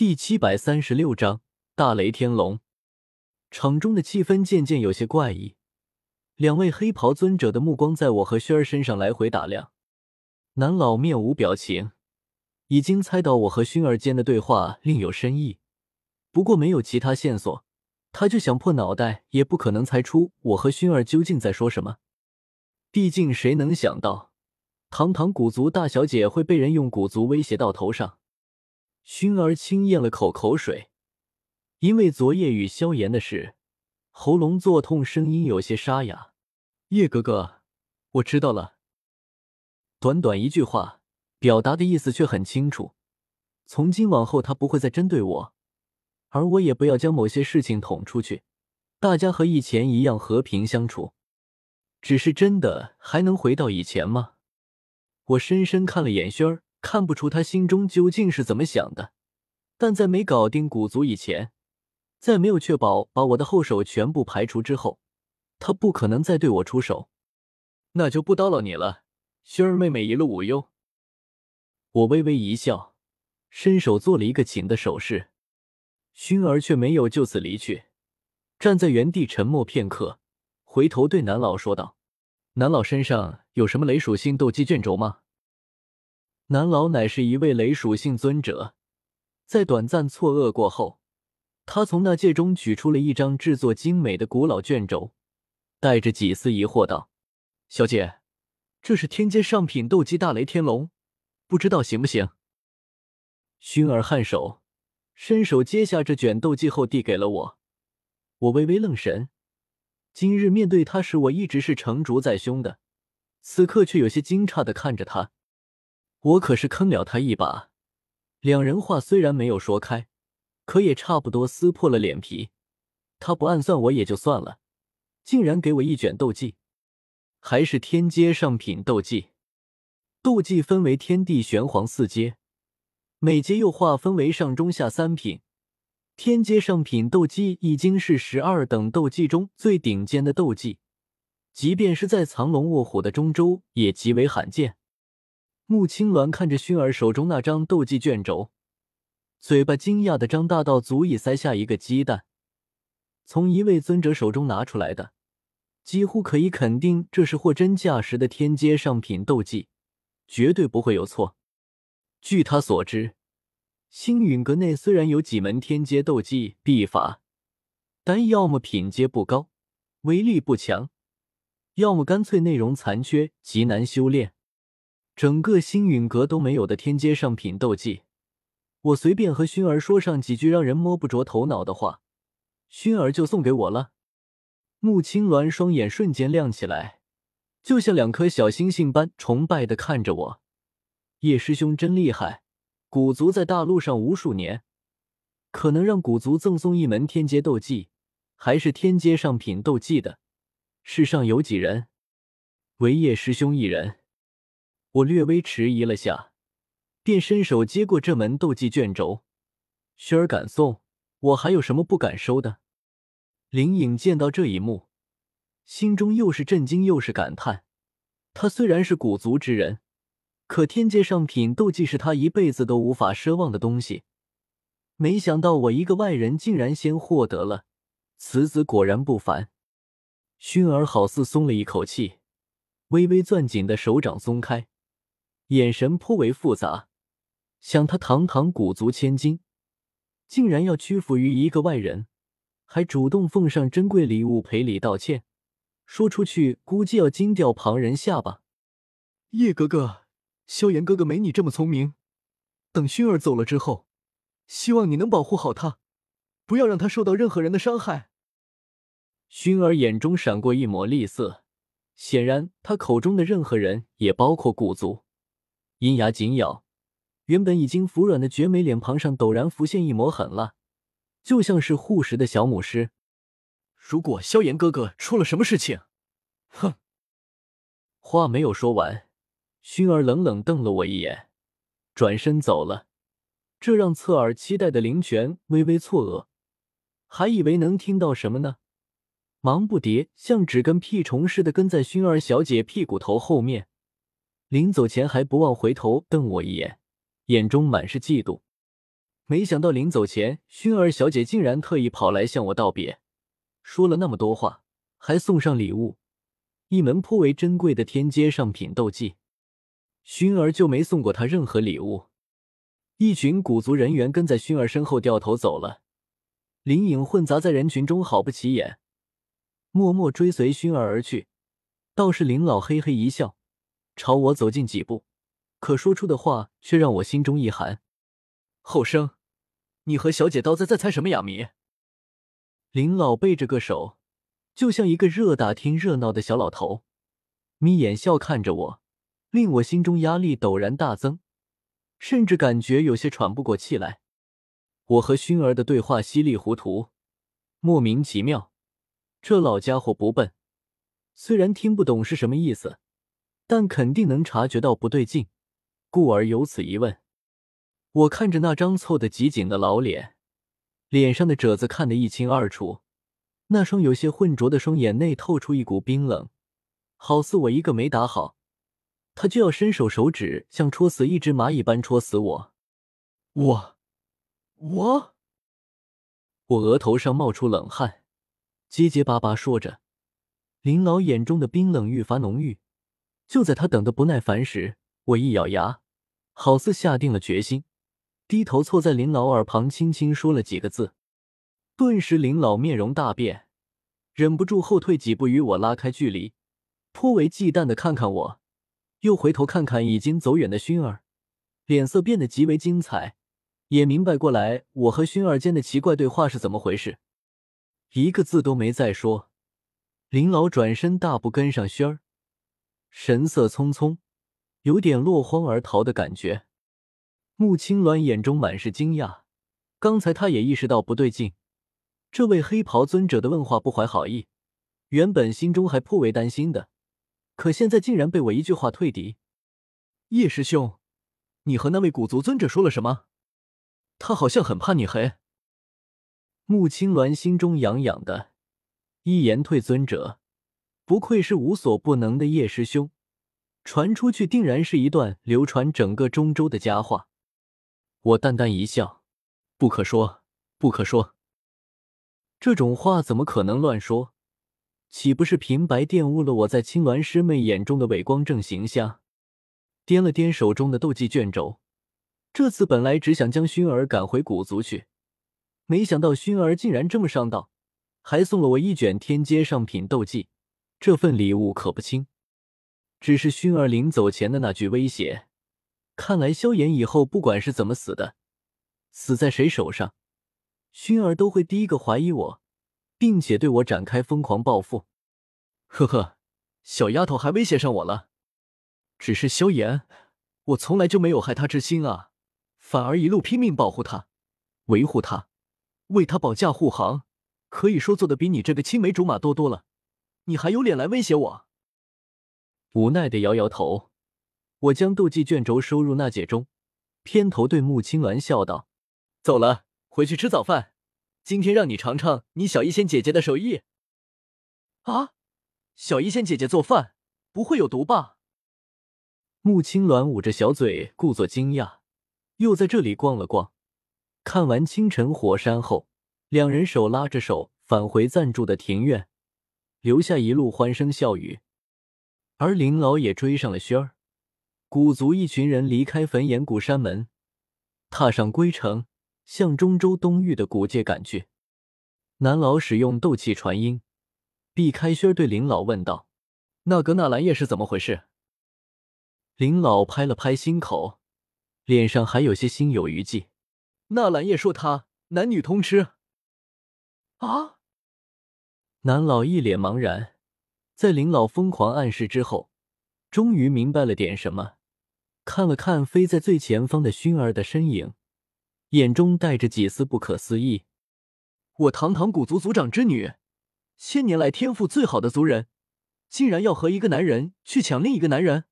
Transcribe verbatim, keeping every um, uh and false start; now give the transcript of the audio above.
第七百三十六章大雷天龙。场中的气氛渐渐有些怪异，两位黑袍尊者的目光在我和轩儿身上来回打量。南老面无表情，已经猜到我和薰儿间的对话另有深意，不过没有其他线索，他就想破脑袋也不可能猜出我和薰儿究竟在说什么。毕竟谁能想到，堂堂古族大小姐会被人用古族威胁到头上。薰儿轻咽了口口水，因为昨夜与萧炎的事，喉咙作痛，声音有些沙哑。叶哥哥，我知道了。短短一句话，表达的意思却很清楚。从今往后他不会再针对我，而我也不要将某些事情捅出去，大家和以前一样和平相处。只是真的还能回到以前吗？我深深看了眼轩儿，看不出他心中究竟是怎么想的，但在没搞定古族以前，在没有确保把我的后手全部排除之后，他不可能再对我出手。那就不叨扰你了，轩儿妹妹一路无忧。我微微一笑，伸手做了一个请的手势。薰儿却没有就此离去，站在原地沉默片刻，回头对南老说道：南老身上有什么雷属性斗技卷轴吗？南老乃是一位雷属性尊者，在短暂错愕过后，他从那戒中取出了一张制作精美的古老卷轴，带着几丝疑惑道：小姐，这是天阶上品斗技大雷天龙，不知道行不行？薰儿颔首，伸手接下这卷斗技后递给了我。我微微愣神，今日面对他时我一直是成竹在胸的，此刻却有些惊诧地看着他。我可是坑了他一把，两人话虽然没有说开，可也差不多撕破了脸皮。他不暗算我也就算了，竟然给我一卷斗技，还是天阶上品斗技。斗技分为天地玄黄四阶，每阶又划分为上中下三品。天阶上品斗技已经是十二等斗技中最顶尖的斗技，即便是在藏龙卧虎的中州也极为罕见。穆青鸾看着薰儿手中那张斗技卷轴，嘴巴惊讶地张大到足以塞下一个鸡蛋。从一位尊者手中拿出来的，几乎可以肯定这是货真价实的天阶上品斗技，绝对不会有错。据他所知，星陨阁内虽然有几门天阶斗技秘法，但要么品阶不高，威力不强，要么干脆内容残缺，极难修炼。整个星陨阁都没有的天阶上品斗技，我随便和薰儿说上几句让人摸不着头脑的话，薰儿就送给我了。穆青鸾双眼瞬间亮起来，就像两颗小星星般崇拜地看着我。叶师兄真厉害，古族在大陆上无数年，可能让古族赠送一门天阶斗技，还是天阶上品斗技的，世上有几人？唯叶师兄一人。我略微迟疑了下，便伸手接过这门斗技卷轴。薰儿敢送，我还有什么不敢收的？林颖见到这一幕，心中又是震惊又是感叹。他虽然是古族之人，可天阶上品斗技是他一辈子都无法奢望的东西，没想到我一个外人竟然先获得了，此子果然不凡。薰儿好似松了一口气，微微攥紧的手掌松开，眼神颇为复杂，想他堂堂古族千金，竟然要屈服于一个外人，还主动奉上珍贵礼物赔礼道歉，说出去估计要惊掉旁人下巴。叶哥哥，萧炎哥哥没你这么聪明，等薰儿走了之后，希望你能保护好她，不要让她受到任何人的伤害。薰儿眼中闪过一抹厉色，显然他口中的任何人也包括古族。阴牙紧咬，原本已经服软的绝美脸庞上陡然浮现一抹狠辣，就像是护食的小母狮。如果萧炎哥哥出了什么事情，哼！话没有说完，薰儿冷冷瞪了我一眼，转身走了。这让侧耳期待的林泉微微错愕，还以为能听到什么呢，忙不迭像只跟屁虫似的跟在薰儿小姐屁股头后面，临走前还不忘回头瞪我一眼，眼中满是嫉妒。 没想到临走前，薰儿小姐竟然特意跑来向我道别，说了那么多话，还送上礼物，一门颇为珍贵的天阶上品斗技。薰儿就没送过她任何礼物。一群古族人员跟在薰儿身后掉头走了，林影混杂在人群中，好不起眼，默默追随薰儿而去。倒是林老嘿嘿一笑，朝我走近几步，可说出的话却让我心中一寒。后生，你和小姐刀在在猜什么哑谜？林老背着个手，就像一个热打听热闹的小老头，眯眼笑看着我，令我心中压力陡然大增，甚至感觉有些喘不过气来。我和薰儿的对话稀里糊涂，莫名其妙。这老家伙不笨，虽然听不懂是什么意思，但肯定能察觉到不对劲，故而有此一问。我看着那张凑得极紧的老脸，脸上的褶子看得一清二楚，那双有些浑浊的双眼内透出一股冰冷，好似我一个没打好，他就要伸手手指像戳死一只蚂蚁般戳死我。我我我额头上冒出冷汗，结结巴巴说着。林老眼中的冰冷愈发浓郁，就在他等得不耐烦时，我一咬牙，好似下定了决心，低头凑在林老耳旁轻轻说了几个字。顿时林老面容大变，忍不住后退几步与我拉开距离，颇为忌惮地看看我，又回头看看已经走远的薰儿，脸色变得极为精彩，也明白过来我和薰儿间的奇怪对话是怎么回事。一个字都没再说，林老转身大步跟上薰儿，神色匆匆，有点落荒而逃的感觉。穆青鸾眼中满是惊讶，刚才他也意识到不对劲，这位黑袍尊者的问话不怀好意，原本心中还颇为担心的，可现在竟然被我一句话退敌。叶师兄，你和那位古族尊者说了什么？他好像很怕你嘿。穆青鸾心中痒痒的，一言退尊者，不愧是无所不能的叶师兄，传出去定然是一段流传整个中州的佳话。我淡淡一笑，不可说，不可说。这种话怎么可能乱说？岂不是平白玷污了我在青鸾师妹眼中的伟光正形象？掂了掂手中的斗技卷轴，这次本来只想将薰儿赶回古族去，没想到薰儿竟然这么上道，还送了我一卷天阶上品斗技，这份礼物可不轻。只是薰儿临走前的那句威胁，看来萧炎以后不管是怎么死的，死在谁手上，薰儿都会第一个怀疑我，并且对我展开疯狂报复。呵呵，小丫头还威胁上我了。只是萧炎，我从来就没有害他之心啊，反而一路拼命保护他，维护他，为他保驾护航，可以说做得比你这个青梅竹马多多了，你还有脸来威胁我？无奈的摇摇头，我将斗技卷轴收入纳戒中，偏头对穆青鸾笑道：走了，回去吃早饭，今天让你尝尝你小医仙姐姐的手艺。啊，小医仙姐姐做饭不会有毒吧？穆青鸾捂着小嘴故作惊讶，又在这里逛了逛，看完清晨火山后，两人手拉着手返回暂住的庭院，留下一路欢声笑语。而林老也追上了轩儿，古族一群人离开焚炎谷山门，踏上归程，向中州东域的古界赶去。南老使用斗气传音，避开轩儿，对林老问道：那个纳兰叶是怎么回事？林老拍了拍心口，脸上还有些心有余悸。纳兰叶说他男女通吃。啊！南老一脸茫然，在林老疯狂暗示之后，终于明白了点什么，看了看飞在最前方的薰儿的身影，眼中带着几丝不可思议。我堂堂古族族长之女，千年来天赋最好的族人，竟然要和一个男人去抢另一个男人？